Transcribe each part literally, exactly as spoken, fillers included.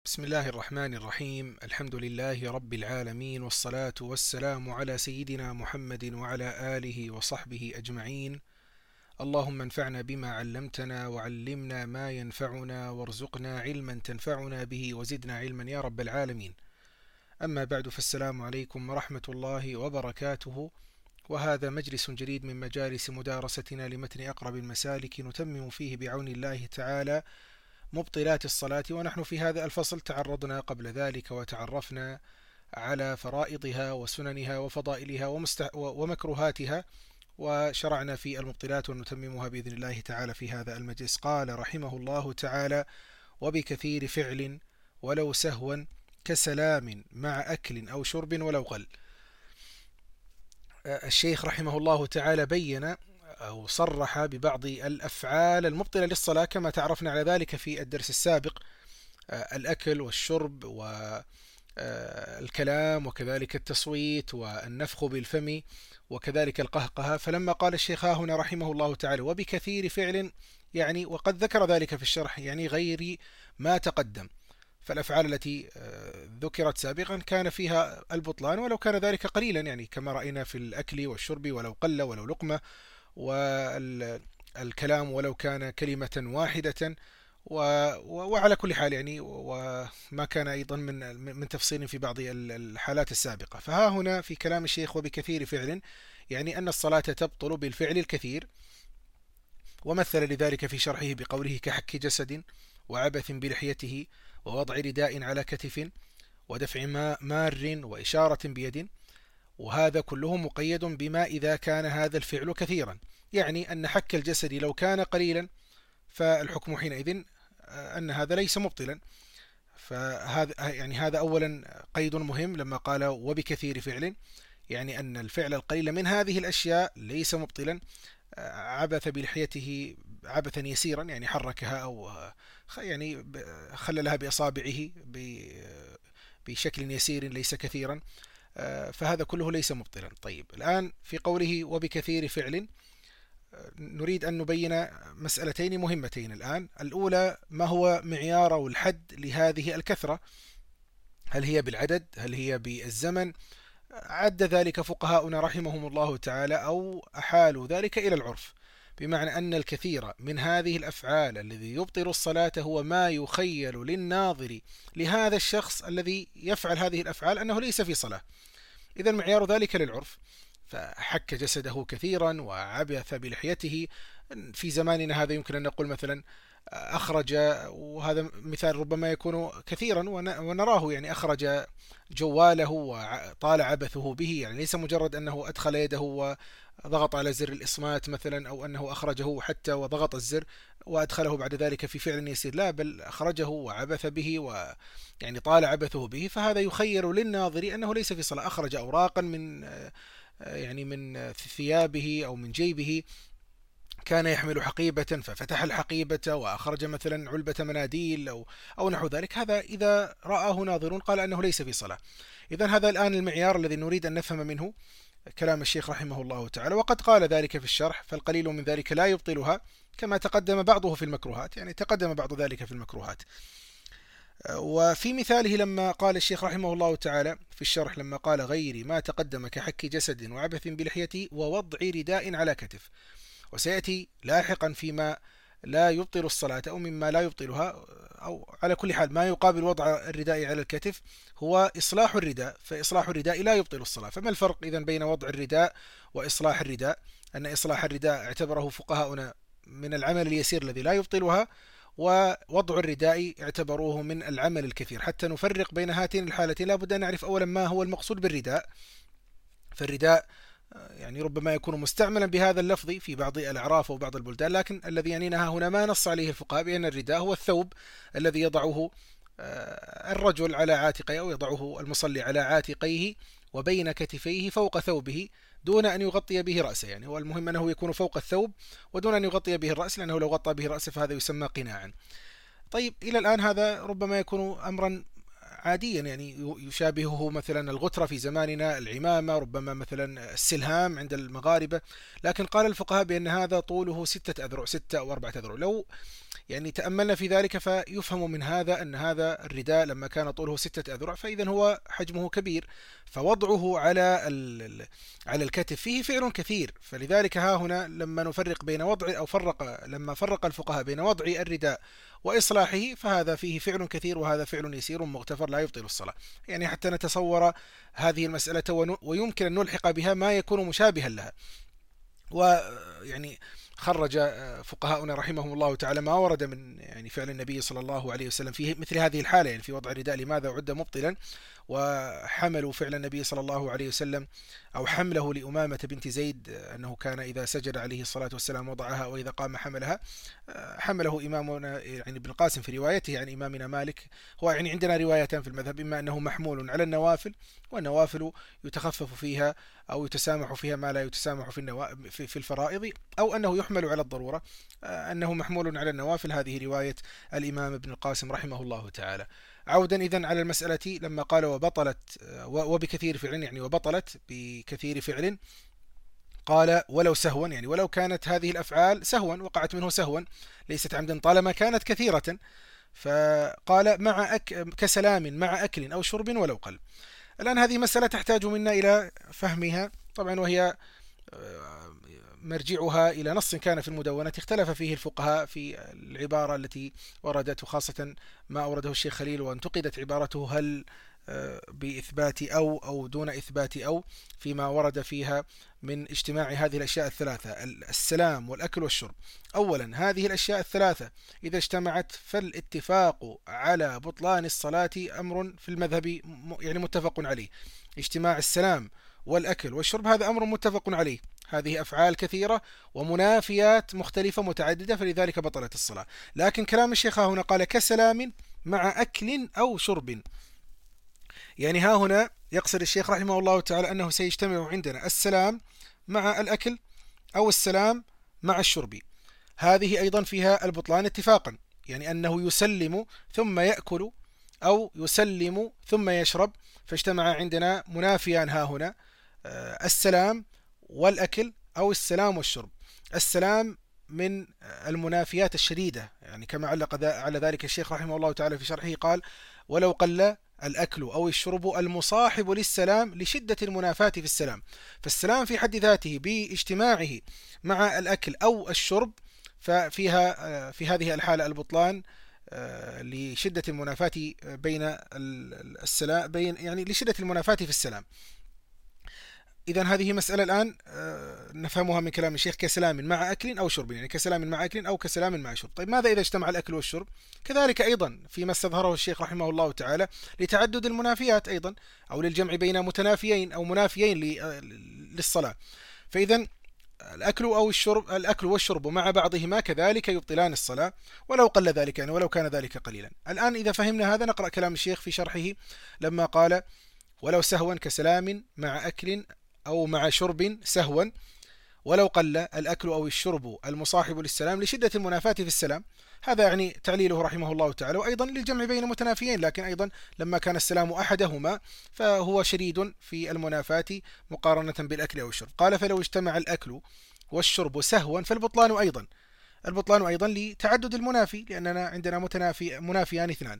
بسم الله الرحمن الرحيم. الحمد لله رب العالمين، والصلاة والسلام على سيدنا محمد وعلى آله وصحبه أجمعين. اللهم انفعنا بما علمتنا وعلمنا ما ينفعنا وارزقنا علما تنفعنا به وزدنا علما يا رب العالمين. أما بعد، فالسلام عليكم ورحمة الله وبركاته. وهذا مجلس جديد من مجالس مدارستنا لمتن أقرب المسالك، نتمم فيه بعون الله تعالى مبطلات الصلاة. ونحن في هذا الفصل تعرضنا قبل ذلك وتعرفنا على فرائضها وسننها وفضائلها ومست... ومكروهاتها، وشرعنا في المبطلات ونتممها بإذن الله تعالى في هذا المجلس. قال رحمه الله تعالى: وبكثير فعل ولو سهوا كسلام مع أكل أو شرب ولو قل. الشيخ رحمه الله تعالى بين أو صرح ببعض الأفعال المبطلة للصلاة كما تعرفنا على ذلك في الدرس السابق: الأكل والشرب والكلام وكذلك التصويت والنفخ بالفم وكذلك القهقهة. فلما قال الشيخ ها هنا رحمه الله تعالى وبكثير فعل، يعني وقد ذكر ذلك في الشرح، يعني غير ما تقدم. فالأفعال التي ذكرت سابقا كان فيها البطلان ولو كان ذلك قليلا، يعني كما رأينا في الأكل والشرب ولو قل ولو لقمة، والكلام ولو كان كلمة واحدة، وعلى كل حال يعني وما كان أيضا من من تفصيل في بعض الحالات السابقة. فها هنا في كلام الشيخ وبكثير فعل، يعني أن الصلاة تبطل بالفعل الكثير. ومثل لذلك في شرحه بقوله: كحك جسد وعبث بلحيته ووضع رداء على كتف ودفع مار وإشارة بيد. وهذا كله مقيد بما إذا كان هذا الفعل كثيرا، يعني أن حك الجسد لو كان قليلا فالحكم حينئذ أن هذا ليس مبطلا. فهذا يعني هذا أولا قيد مهم لما قال وبكثير فعل، يعني أن الفعل القليل من هذه الأشياء ليس مبطلا. عبث بلحيته عبثا يسيرا، يعني حركها أو يعني خللها بأصابعه بشكل يسير ليس كثيرا، فهذا كله ليس مبطلا. طيب، الآن في قوله وبكثير فعل نريد أن نبين مسألتين مهمتين الآن. الأولى: ما هو معيار أو الحد لهذه الكثرة؟ هل هي بالعدد؟ هل هي بالزمن؟ عد ذلك فقهاؤنا رحمهم الله تعالى أو أحالوا ذلك إلى العرف، بمعنى أن الكثير من هذه الأفعال الذي يبطل الصلاة هو ما يخيل للناظر لهذا الشخص الذي يفعل هذه الأفعال أنه ليس في صلاة. إذا معيار ذلك للعرف. فحك جسده كثيرا وعبث بلحيته، في زماننا هذا يمكن أن نقول مثلا أخرج، وهذا مثال ربما يكون كثيرا ونراه، يعني أخرج جواله وطال عبثه به، يعني ليس مجرد أنه أدخل يده وضغط على زر الإصمات مثلا، أو أنه أخرجه حتى وضغط الزر وأدخله بعد ذلك في فعل يسير، لا، بل أخرجه وعبث به ويعني طال عبثه به. فهذا يخير للناظر أنه ليس في صلاة. أخرج أوراقا من يعني من ثيابه أو من جيبه، كان يحمل حقيبة ففتح الحقيبة وأخرج مثلا علبة مناديل أو, أو نحو ذلك، هذا إذا رآه ناظر قال أنه ليس في صلاة. إذن هذا الآن المعيار الذي نريد أن نفهم منه كلام الشيخ رحمه الله تعالى، وقد قال ذلك في الشرح: فالقليل من ذلك لا يبطلها، كما تقدم بعضه في المكروهات، يعني تقدم بعض ذلك في المكروهات. وفي مثاله لما قال الشيخ رحمه الله تعالى في الشرح لما قال غير ما تقدم كحك جسد وعبث بلحيته ووضع رداء على كتف، وسيأتي لاحقا فيما لا يبطل الصلاة أو مما لا يبطلها، أو على كل حال ما يقابل وضع الرداء على الكتف هو إصلاح الرداء، فإصلاح الرداء لا يبطل الصلاة. فما الفرق إذن بين وضع الرداء وإصلاح الرداء؟ أن إصلاح الرداء اعتبره فقهاؤنا من العمل اليسير الذي لا يبطلها، ووضع الرداء اعتبروه من العمل الكثير. حتى نفرق بين هاتين الحالتين لابد أن نعرف أولا ما هو المقصود بالرداء. فالرداء يعني ربما يكون مستعملا بهذا اللفظ في بعض الأعراف وبعض البلدان، لكن الذي يعنينا هنا ما نص عليه الفقهاء بأن الرداء هو الثوب الذي يضعه الرجل على عاتقه، أو يضعه المصلي على عاتقيه وبين كتفيه فوق ثوبه دون أن يغطي به رأسه. يعني هو المهم أنه يكون فوق الثوب ودون أن يغطي به الرأس، لأنه لو غطى به رأسه فهذا يسمى قناعا. طيب، إلى الآن هذا ربما يكون أمرا عاديا، يعني يشابهه مثلا الغترة في زماننا، العمامة، ربما مثلا السلهام عند المغاربة. لكن قال الفقهاء بأن هذا طوله ستة أذرع، ستة أو أربعة أذرع. لو يعني تأملنا في ذلك فيفهم من هذا أن هذا الرداء لما كان طوله ستة أذرع فإذا هو حجمه كبير، فوضعه على على الكتف فيه فعل كثير. فلذلك ها هنا لما نفرق بين وضع أو فرق لما فرق الفقهاء بين وضع الرداء وإصلاحه، فهذا فيه فعل كثير وهذا فعل يسير مغتفر لا يبطل الصلاة. يعني حتى نتصور هذه المسألة ويمكن أن نلحق بها ما يكون مشابها لها. ويعني خرج فقهاؤنا رحمهم الله تعالى ما ورد من يعني فعل النبي صلى الله عليه وسلم في مثل هذه الحالة، يعني في وضع الرداء لماذا عد مبطلا، وحملوا فعل النبي صلى الله عليه وسلم أو حمله لأمامة بنت زيد أنه كان إذا سجد عليه الصلاة والسلام وضعها وإذا قام حملها. حمله إمامنا يعني ابن القاسم في روايته عن إمامنا مالك. هو يعني عندنا روايتان في المذهب، إما أنه محمول على النوافل والنوافل يتخفف فيها أو يتسامح فيها ما لا يتسامح في, النوا... في, في الفرائض، أو أنه يحمل على الضرورة أنه محمول على النوافل. هذه رواية الإمام ابن القاسم رحمه الله تعالى. عودا إذن على المسألة لما قال وبطلت وبكثير فعل، يعني وبطلت بكثير فعل، قال ولو سهوا، يعني ولو كانت هذه الأفعال سهوا وقعت منه سهوا ليست عمدا طالما كانت كثيرة. فقال مع أك... كسلام مع أكل أو شرب ولو قل. الآن هذه مسألة تحتاج منا إلى فهمها طبعا، وهي مرجعها إلى نص كان في المدونة اختلف فيه الفقهاء في العبارة التي وردت، وخاصة ما أورده الشيخ خليل وانتقدت عبارته هل بإثبات أو أو دون إثبات أو، فيما ورد فيها من اجتماع هذه الأشياء الثلاثة السلام والأكل والشرب. أولا هذه الأشياء الثلاثة إذا اجتمعت فالاتفاق على بطلان الصلاة أمر في المذهب يعني متفق عليه. اجتماع السلام والأكل والشرب هذا أمر متفق عليه، هذه أفعال كثيرة ومنافيات مختلفة متعددة، فلذلك بطلت الصلاة. لكن كلام الشيخ هنا قال كسلام مع أكل أو شرب، يعني ها هنا يقصد الشيخ رحمه الله تعالى أنه سيجتمع عندنا السلام مع الأكل أو السلام مع الشرب. هذه أيضا فيها البطلان اتفاقا، يعني أنه يسلم ثم يأكل أو يسلم ثم يشرب، فاجتمع عندنا منافيان ها هنا السلام والأكل أو السلام والشرب. السلام من المنافيات الشديدة، يعني كما علق على ذلك الشيخ رحمه الله تعالى في شرحه قال ولو قل الأكل أو الشرب المصاحب للسلام لشدة المنافاة في السلام. فالسلام في حد ذاته باجتماعه مع الأكل أو الشرب ففيها في هذه الحالة البطلان لشدة المنافاة بين السلام بين يعني لشدة المنافاة في السلام. إذن هذه مسألة الآن نفهمها من كلام الشيخ كسلام مع أكل أو شرب، يعني كسلام مع أكل أو كسلام مع شرب. طيب ماذا إذا اجتمع الأكل والشرب؟ كذلك أيضا فيما استظهره الشيخ رحمه الله تعالى لتعدد المنافيات أيضا، أو للجمع بين متنافيين أو منافيين للصلاة. فإذا الأكل أو الشرب الأكل والشرب مع بعضهما كذلك يبطلان الصلاة ولو قل ذلك، يعني ولو كان ذلك قليلا. الآن إذا فهمنا هذا نقرأ كلام الشيخ في شرحه لما قال ولو سهوا كسلام مع أكل أو مع شرب سهوا ولو قل الأكل أو الشرب المصاحب للسلام لشدة المنافاة في السلام. هذا يعني تعليله رحمه الله تعالى، وأيضا للجمع بين متنافيين، لكن أيضا لما كان السلام أحدهما فهو شديد في المنافاة مقارنة بالأكل أو الشرب. قال فلو اجتمع الأكل والشرب سهوا فالبطلان أيضا البطلان أيضا لتعدد المنافي، لأننا عندنا متنافي منافيان اثنان.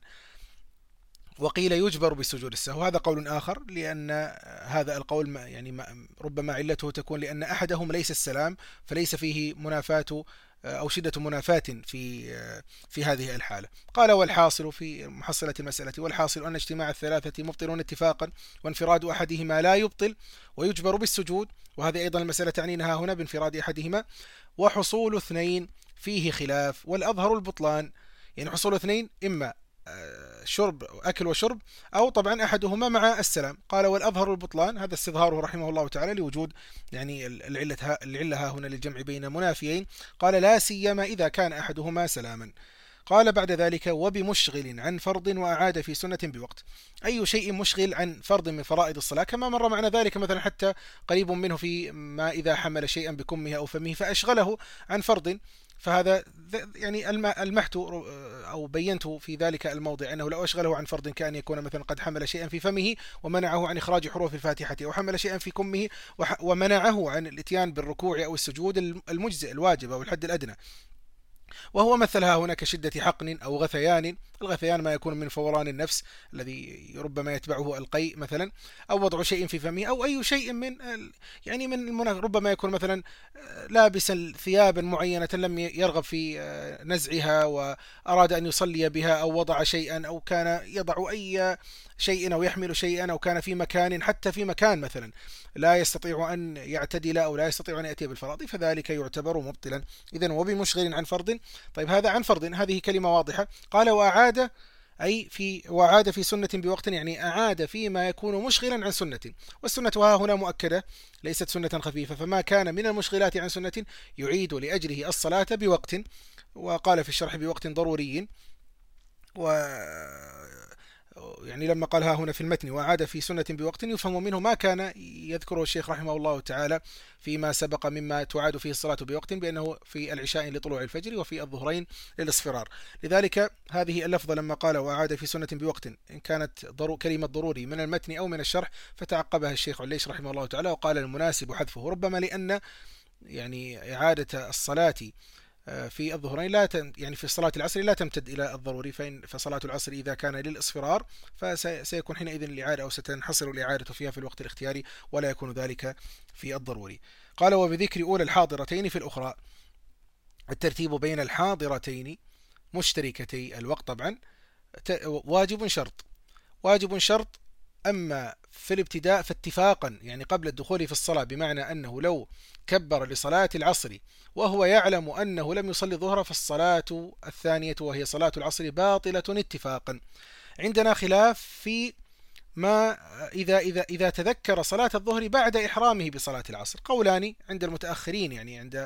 وقيل يجبر بسجود السهو، هذا قول آخر، لأن هذا القول ما يعني ما ربما علته تكون لأن أحدهم ليس السلام فليس فيه منافاة أو شدة منافاة في في هذه الحالة. قال والحاصل في محصلة المسألة والحاصل أن اجتماع الثلاثة مبطل اتفاقا، وانفراد أحدهما لا يبطل ويجبر بالسجود، وهذه أيضا المسألة تعنينها هنا بانفراد أحدهما. وحصول اثنين فيه خلاف والأظهر البطلان، يعني حصول اثنين إما شرب أكل وشرب أو طبعا أحدهما مع السلام. قال والأظهر البطلان، هذا استظهاره رحمه الله تعالى لوجود يعني العلة العلة هنا للجمع بين منافيين. قال لا سيما إذا كان أحدهما سلاما. قال بعد ذلك وبمشغل عن فرض وأعاد في سنة بوقت، أي شيء مشغل عن فرض من فرائض الصلاة كما مر معنا ذلك مثلا حتى قريب منه في ما إذا حمل شيئا بكمه أو فمه فأشغله عن فرض، فهذا يعني المحت أو بينت في ذلك الموضع أنه لو أشغله عن فرض كأن يكون مثلا قد حمل شيئا في فمه ومنعه عن إخراج حروف الفاتحة، أو حمل شيئا في كمه ومنعه عن الاتيان بالركوع أو السجود المجزئ الواجب أو الحد الأدنى. وهو مثلها هنا كشدة حقن أو غثيان. الغثيان ما يكون من فوران النفس الذي ربما يتبعه القيء مثلا، أو وضع شيء في فمه، أو أي شيء من يعني من المناخ. ربما يكون مثلا لابسا ثيابا معينة لم يرغب في نزعها وأراد أن يصلي بها، أو وضع شيئا، أو كان يضع أي شيء أو يحمل شيئا، أو كان في مكان، حتى في مكان مثلا لا يستطيع أن يعتدل أو لا يستطيع أن يأتي بالفرائض، فذلك يعتبر مبطلا. إذن وبمشغل عن فرض. طيب هذا عن فرض، هذه كلمة واضحة. قال وأعاد، أي في وعاد في سنة بوقت، يعني أعاد فيما يكون مشغلا عن سنة، والسنة ها هنا مؤكدة ليست سنة خفيفة، فما كان من المشغلات عن سنة يعيد لأجله الصلاة بوقت. وقال في الشرح بوقت ضروري. و يعني لما قال ها هنا في المتن وعاد في سنة بوقت، يفهم منه ما كان يذكره الشيخ رحمه الله تعالى فيما سبق مما تعاد فيه الصلاة بوقت، بأنه في العشاء لطلوع الفجر وفي الظهرين للاصفرار. لذلك هذه اللفظة لما قال وعاد في سنة بوقت، إن كانت ضرو كلمة ضروري من المتن أو من الشرح، فتعقبها الشيخ عليش رحمه الله تعالى وقال المناسب حذفه، ربما لأن يعني إعادة الصلاة في الظهرين لا تم يعني في صلاة العصر لا تمتد إلى الضروري، فإن فصلاة العصر إذا كان للإصفرار فسيكون حينئذ الإعادة، أو ستنحصر الإعادة فيها في الوقت الاختياري، ولا يكون ذلك في الضروري. قال وبذكر أولى الحاضرتين في الأخرى، الترتيب بين الحاضرتين مشتركتي الوقت طبعا واجب شرط. واجب شرط. أما في الابتداء فاتفاقا، يعني قبل الدخول في الصلاة، بمعنى أنه لو كبر لصلاة العصر وهو يعلم أنه لم يصلي الظهر، فالصلاة الثانية وهي صلاة العصر باطلة اتفاقا. عندنا خلاف في ما إذا إذا إذا تذكر صلاة الظهر بعد إحرامه بصلاة العصر، قولان عند المتأخرين، يعني عند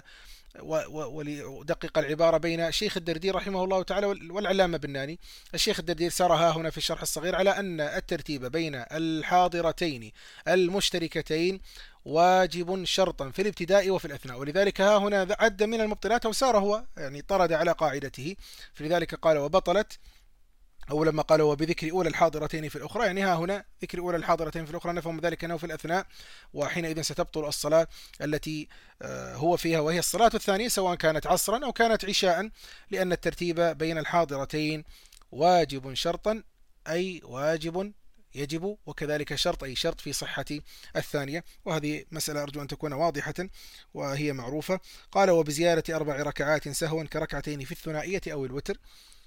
ولدقق العبارة بين شيخ الدردير رحمه الله تعالى والعلامة بناني. الشيخ الدردير سرها هنا في الشرح الصغير على أن الترتيب بين الحاضرتين المشتركتين واجب شرطا في الابتداء وفي الأثناء، ولذلك ها هنا عد من المبطلات وسار هو يعني طرد على قاعدته، فلذلك قال وبطلت، أو لما قالوا وبذكر أولى الحاضرتين في الأخرى، يعني ها هنا ذكر أولى الحاضرتين في الأخرى نفهم ذلك أنه في الأثناء، وحينئذ ستبطل الصلاة التي هو فيها، وهي الصلاة الثانية سواء كانت عصرا أو كانت عشاء، لأن الترتيب بين الحاضرتين واجب شرطا، أي واجب يجب، وكذلك شرط أي شرط في صحة الثانية. وهذه مسألة أرجو أن تكون واضحة وهي معروفة. قال وبزيادة أربع ركعات سهوا كركعتين في الثنائية أو الوتر.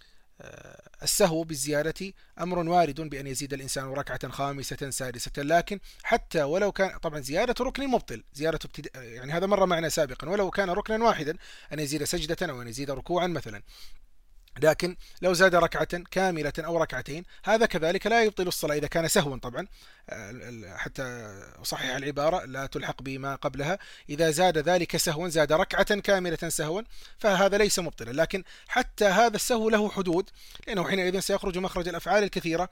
السهو بالزيادة أمر وارد بأن يزيد الإنسان ركعة خامسة سادسة، لكن حتى ولو كان طبعا زيادة ركن مبطل، زيادة ابتداء يعني هذا مر معنا سابقا، ولو كان ركنا واحدا أن يزيد سجدة أو أن يزيد ركوعا مثلا، لكن لو زاد ركعة كاملة أو ركعتين هذا كذلك لا يبطل الصلاة إذا كان سهوا طبعا، حتى أصحح العبارة لا تلحق بما قبلها. إذا زاد ذلك سهوا، زاد ركعة كاملة سهوا، فهذا ليس مبطلا، لكن حتى هذا السهو له حدود، لأنه حينئذ سيخرج مخرج الأفعال الكثيرة.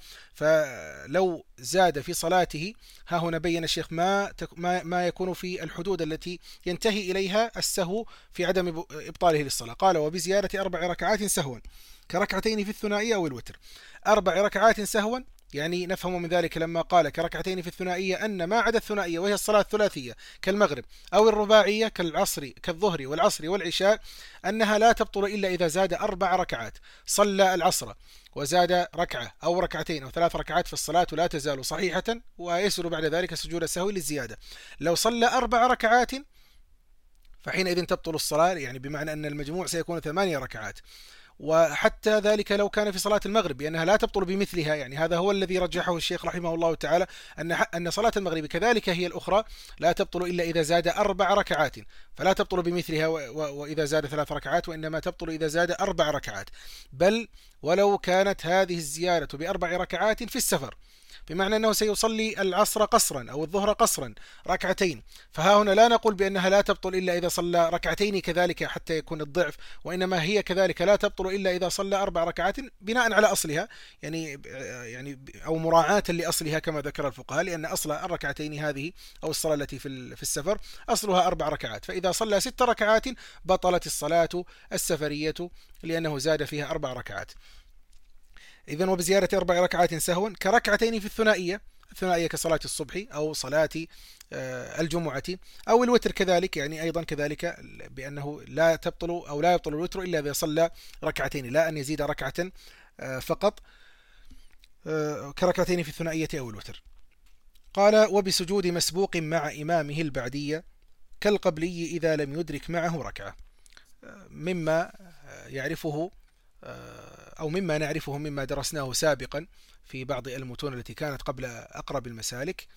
فلو زاد في صلاته، ها هنا بين الشيخ ما ما يكون في الحدود التي ينتهي إليها السهو في عدم إبطاله للصلاة. قال وبزيادة أربع ركعات سهوا كركعتين في الثنائية أو الوتر. أربع ركعات سهوا يعني نفهم من ذلك لما قال كركعتين في الثنائية أن ما عدا الثنائية وهي الصلاة الثلاثية كالمغرب، أو الرباعية كالعصر كالظهر والعصر والعشاء، أنها لا تبطل إلا إذا زاد أربع ركعات. صلى العصر وزاد ركعة أو ركعتين أو ثلاث ركعات، في الصلاة لا تزال صحيحة، ويسر بعد ذلك سجود السهو للزيادة. لو صلى أربع ركعات فحينئذ تبطل الصلاة، يعني بمعنى أن المجموع سيكون ثمانية ركعات. وحتى ذلك لو كان في صلاة المغرب بأنها لا تبطل بمثلها، يعني هذا هو الذي رجحه الشيخ رحمه الله تعالى، أن أن صلاة المغرب كذلك هي الأخرى لا تبطل إلا إذا زاد أربع ركعات، فلا تبطل بمثلها وإذا زاد ثلاث ركعات، وإنما تبطل إذا زاد أربع ركعات. بل ولو كانت هذه الزيادة بأربع ركعات في السفر، بمعنى أنه سيصلي العصر قصرا أو الظهر قصرا ركعتين، فها هنا لا نقول بأنها لا تبطل إلا إذا صلى ركعتين كذلك حتى يكون الضعف، وإنما هي كذلك لا تبطل إلا إذا صلى أربع ركعات بناء على أصلها، يعني يعني أو مراعاة لأصلها كما ذكر الفقهاء، لأن أصل الركعتين هذه أو الصلاة التي في في السفر أصلها أربع ركعات، فإذا صلى ست ركعات بطلت الصلاة السفرية لأنه زاد فيها أربع ركعات. إذن وبزيادة أربع ركعات سهوا كركعتين في الثنائية الثنائية كصلاة الصبح أو صلاة الجمعة أو الوتر كذلك، يعني أيضا كذلك بأنه لا تبطل أو لا يبطل الوتر إلا إذا صلى ركعتين، لا أن يزيد ركعة فقط كركعتين في الثنائية أو الوتر. قال وبسجود مسبوق مع إمامه البعدية كالقبلي إذا لم يدرك معه ركعة، مما يعرفه أو مما نعرفه مما درسناه سابقا في بعض المتون التي كانت قبل أقرب المسالك،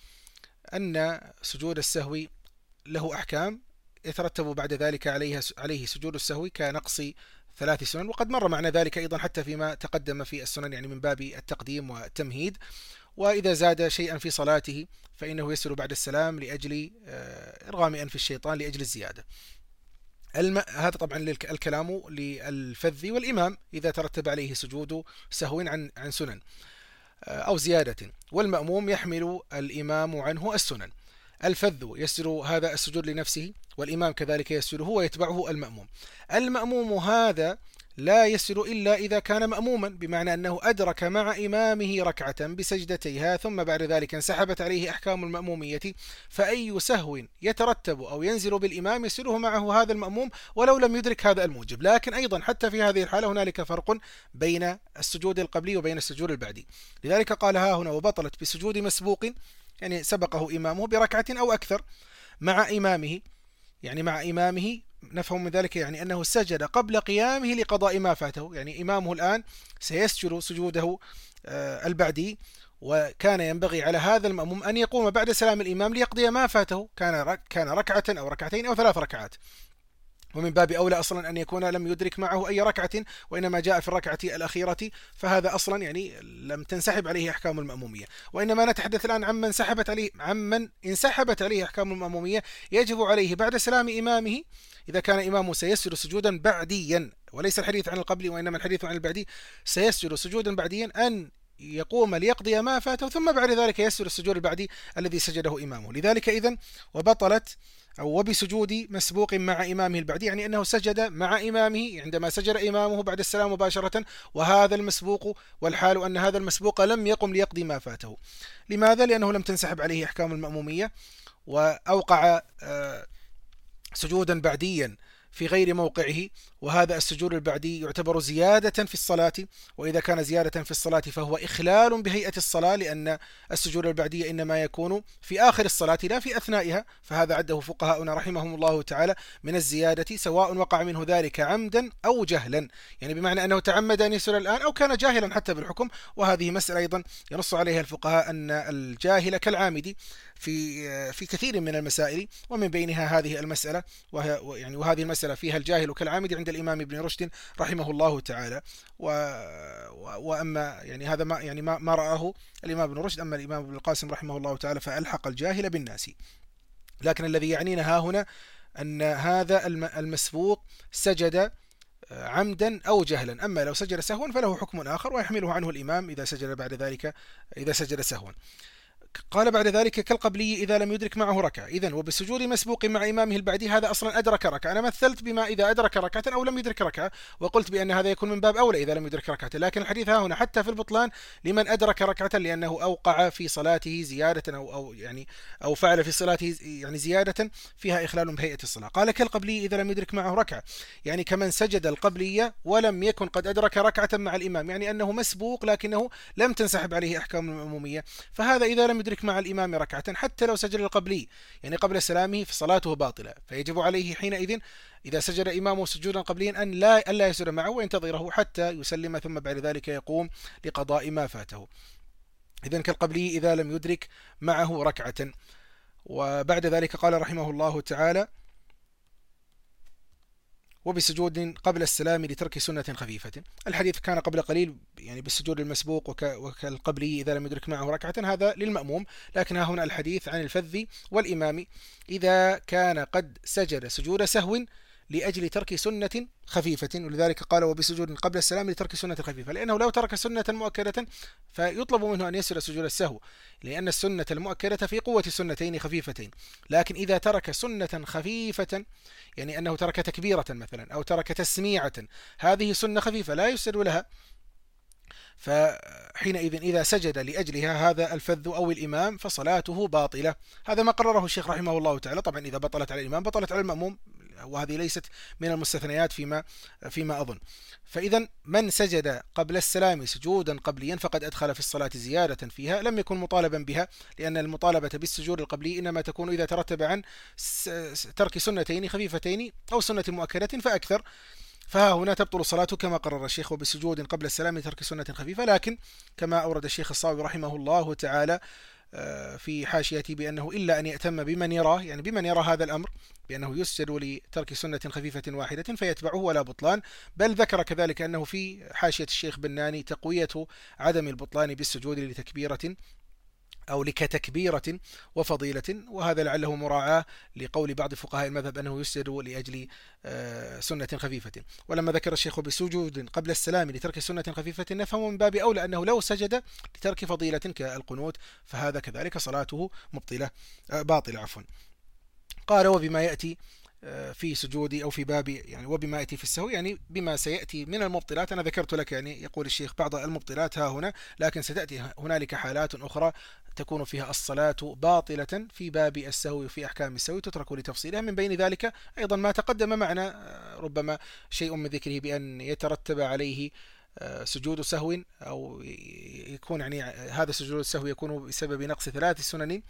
أن سجود السهو له أحكام يترتب بعد ذلك عليها عليه سجود السهو كنقص ثلاث سنن، وقد مر معنا ذلك أيضا حتى فيما تقدم في السنن، يعني من باب التقديم والتمهيد. وإذا زاد شيئا في صلاته فإنه يسر بعد السلام لأجل إرغام أنف الشيطان لأجل الزيادة. الم... هذا طبعا الكلام للفذ والإمام إذا ترتب عليه سجود سهو عن عن سنن أو زيادة، والمأموم يحمل الإمام عنه السنن. الفذ يسر هذا السجود لنفسه، والإمام كذلك يسره ويتبعه المأموم. المأموم هذا لا يسر إلا إذا كان مأموما، بمعنى أنه أدرك مع إمامه ركعة بسجدتيها ثم بعد ذلك انسحبت عليه أحكام المأمومية، فأي سهو يترتب أو ينزل بالإمام يسره معه هذا المأموم ولو لم يدرك هذا الموجب. لكن أيضا حتى في هذه الحالة هنالك فرق بين السجود القبلي وبين السجود البعدي، لذلك قال ها هنا وبطلت بسجود مسبوق، يعني سبقه إمامه بركعة أو أكثر مع إمامه، يعني مع إمامه نفهم من ذلك يعني أنه سجد قبل قيامه لقضاء ما فاته، يعني إمامه الآن سيسجد سجوده البعدي، وكان ينبغي على هذا المأموم أن يقوم بعد سلام الإمام ليقضي ما فاته، كان كان ركعة أو ركعتين أو ثلاث ركعات، ومن باب أولى أصلا أن يكون لم يدرك معه أي ركعة وإنما جاء في الركعة الأخيرة، فهذا أصلا يعني لم تنسحب عليه أحكام المأمومية. وإنما نتحدث الآن عمن انسحبت عليه عمن انسحبت عليه أحكام المأمومية، يجب عليه بعد سلام إمامه إذا كان إمامه سيسجد سجودا بعديا، وليس الحديث عن القبلي وإنما الحديث عن البعدي، سيسجد سجودا بعديا أن يقوم ليقضي ما فاته ثم بعد ذلك يسجد السجود البعدي الذي سجده إمامه. لذلك إذن وبطلت أو وبسجود مسبوق مع إمامه البعدي، يعني أنه سجد مع إمامه عندما سجد إمامه بعد السلام مباشرة، وهذا المسبوق والحال أن هذا المسبوق لم يقم ليقضي ما فاته. لماذا؟ لأنه لم تنسحب عليه أحكام المأمومية، وأوقع سجودا بعديا في غير موقعه، وهذا السجود البعدي يعتبر زيادة في الصلاة، وإذا كان زيادة في الصلاة فهو إخلال بهيئة الصلاة، لأن السجود البعدي إنما يكون في آخر الصلاة لا في أثنائها، فهذا عده فقهاؤنا رحمهم الله تعالى من الزيادة، سواء وقع منه ذلك عمدا أو جهلا، يعني بمعنى أنه تعمد أن يسر الآن أو كان جاهلا حتى بالحكم. وهذه مسألة أيضا ينص عليها الفقهاء أن الجاهل كالعامد في في كثير من المسائل، ومن بينها هذه المسألة، وهي يعني وهذه المسألة فيها الجاهل كالعامد عند الإمام ابن رشد رحمه الله تعالى. و وأما يعني هذا ما يعني ما, ما رآه الإمام ابن رشد، أما الإمام ابن القاسم رحمه الله تعالى فألحق الجاهل بالناس. لكن الذي يعنينا ها هنا أن هذا المسبوق سجد عمدا أو جهلا، أما لو سجد سهوا فله حكم آخر ويحمله عنه الإمام إذا سجد بعد ذلك إذا سجد سهوا. قال بعد ذلك كالقبلي إذا لم يدرك معه ركعة. إذن وبسجود مسبوق مع إمامه البعدي هذا أصلا أدرك ركعة. أنا مثلت بما إذا أدرك ركعة أو لم يدرك ركعة، وقلت بأن هذا يكون من باب أولى إذا لم يدرك ركعة، لكن الحديث ها هنا حتى في البطلان لمن أدرك ركعة، لأنه أوقع في صلاته زيادة أو أو يعني أو فعل في صلاته يعني زيادة فيها إخلال بهيئة الصلاة. قال كالقبلي إذا لم يدرك معه ركعة، يعني كمن سجد القبلية ولم يكن قد أدرك ركعة مع الإمام، يعني أنه مسبوق لكنه لم تنسحب عليه أحكام المأمومية، فهذا إذا لم يدرك مع الإمام ركعة حتى لو سجد القبلي يعني قبل سلامه فصلاته باطلة، فيجب عليه حينئذ إذا سجد إمامه سجودا قبليا أن لا ألا يسجد معه وينتظره حتى يسلم ثم بعد ذلك يقوم لقضاء ما فاته. إذن كالقبلي إذا لم يدرك معه ركعة. وبعد ذلك قال رحمه الله تعالى وبسجود قبل السلام لترك سنة خفيفة. الحديث كان قبل قليل يعني بالسجود المسبوق وكالقبلي إذا لم يدرك معه ركعة، هذا للمأموم، لكن ها هنا الحديث عن الفذ والإمام إذا كان قد سجد سجود سهو لأجل ترك سنة خفيفة، ولذلك قال وبسجود قبل السلام لترك سنة خفيفة، لأنه لو ترك سنة مؤكدة فيطلب منه أن يسجد سجود السهو، لأن السنة المؤكدة في قوة سنتين خفيفتين. لكن إذا ترك سنة خفيفة يعني أنه ترك تكبيرة مثلا أو ترك تسميعة، هذه سنة خفيفة لا يسجد لها، فحينئذ إذا سجد لأجلها هذا الفذ أو الإمام فصلاته باطلة. هذا ما قرره الشيخ رحمه الله تعالى. طبعا إذا بطلت على الإمام بطلت على المأموم، وهذه ليست من المستثنيات فيما فيما أظن. فإذا من سجد قبل السلام سجودا قبليا فقد أدخل في الصلاة زيادة فيها لم يكن مطالبا بها، لأن المطالبة بالسجود القبلي إنما تكون إذا ترتب عن ترك سنتين خفيفتين أو سنة مؤكدة فأكثر. فها هنا تبطل صلاته كما قرر الشيخ وبسجود قبل السلام لترك سنة خفيفة. لكن كما أورد الشيخ الصاوي رحمه الله تعالى في حاشيته بأنه إلا أن يأتم بمن يراه، يعني بمن يرى هذا الأمر بأنه يسجد لترك سنة خفيفة واحدة فيتبعه ولا بطلان. بل ذكر كذلك أنه في حاشية الشيخ بناني تقوية عدم البطلان بالسجود لتكبيرة أو لكتكبيرة وفضيلة، وهذا لعله مراعاة لقول بعض فقهاء المذهب أنه يسجد لأجل سنة خفيفة. ولما ذكر الشيخ بسجود قبل السلام لترك سنة خفيفة نفهم من باب أولى أنه لو سجد لترك فضيلة كالقنوت فهذا كذلك صلاته مبطلة باطلة عفوا. قال وبما يأتي في سجودي أو في بابي، يعني وبما يأتي في السهو يعني بما سيأتي من المبطلات. أنا ذكرت لك يعني يقول الشيخ بعض المبطلات ها هنا، لكن ستأتي هنالك حالات أخرى تكون فيها الصلاة باطلة في باب السهو في أحكام السهو تترك لتفصيلها. من بين ذلك أيضا ما تقدم معنا ربما شيء من ذكره بأن يترتب عليه سجود سهو أو يكون يعني هذا سجود السهو يكون بسبب نقص ثلاث سنن،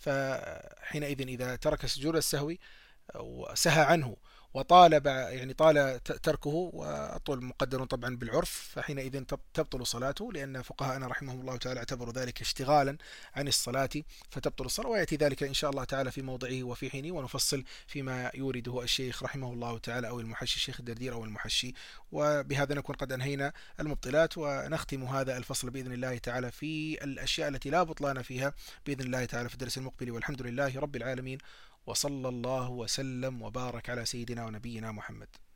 فحينئذ إذا ترك سجود السهو وسهى عنه وطالب يعني طال تركه، والطول مقدر طبعا بالعرف، فحينئذ تبطل صلاته، لأن فقهاءنا رحمهم الله تعالى اعتبروا ذلك اشتغالا عن الصلاة فتبطل الصلاة. ويأتي ذلك إن شاء الله تعالى في موضعه وفي حينه، ونفصل فيما يورده الشيخ رحمه الله تعالى أو المحشي الشيخ الدردير أو المحشي. وبهذا نكون قد أنهينا المبطلات، ونختم هذا الفصل بإذن الله تعالى في الأشياء التي لا بطلان فيها بإذن الله تعالى في الدرس المقبل، والحمد لله رب العالمين، وصلى الله وسلم وبارك على سيدنا ونبينا محمد.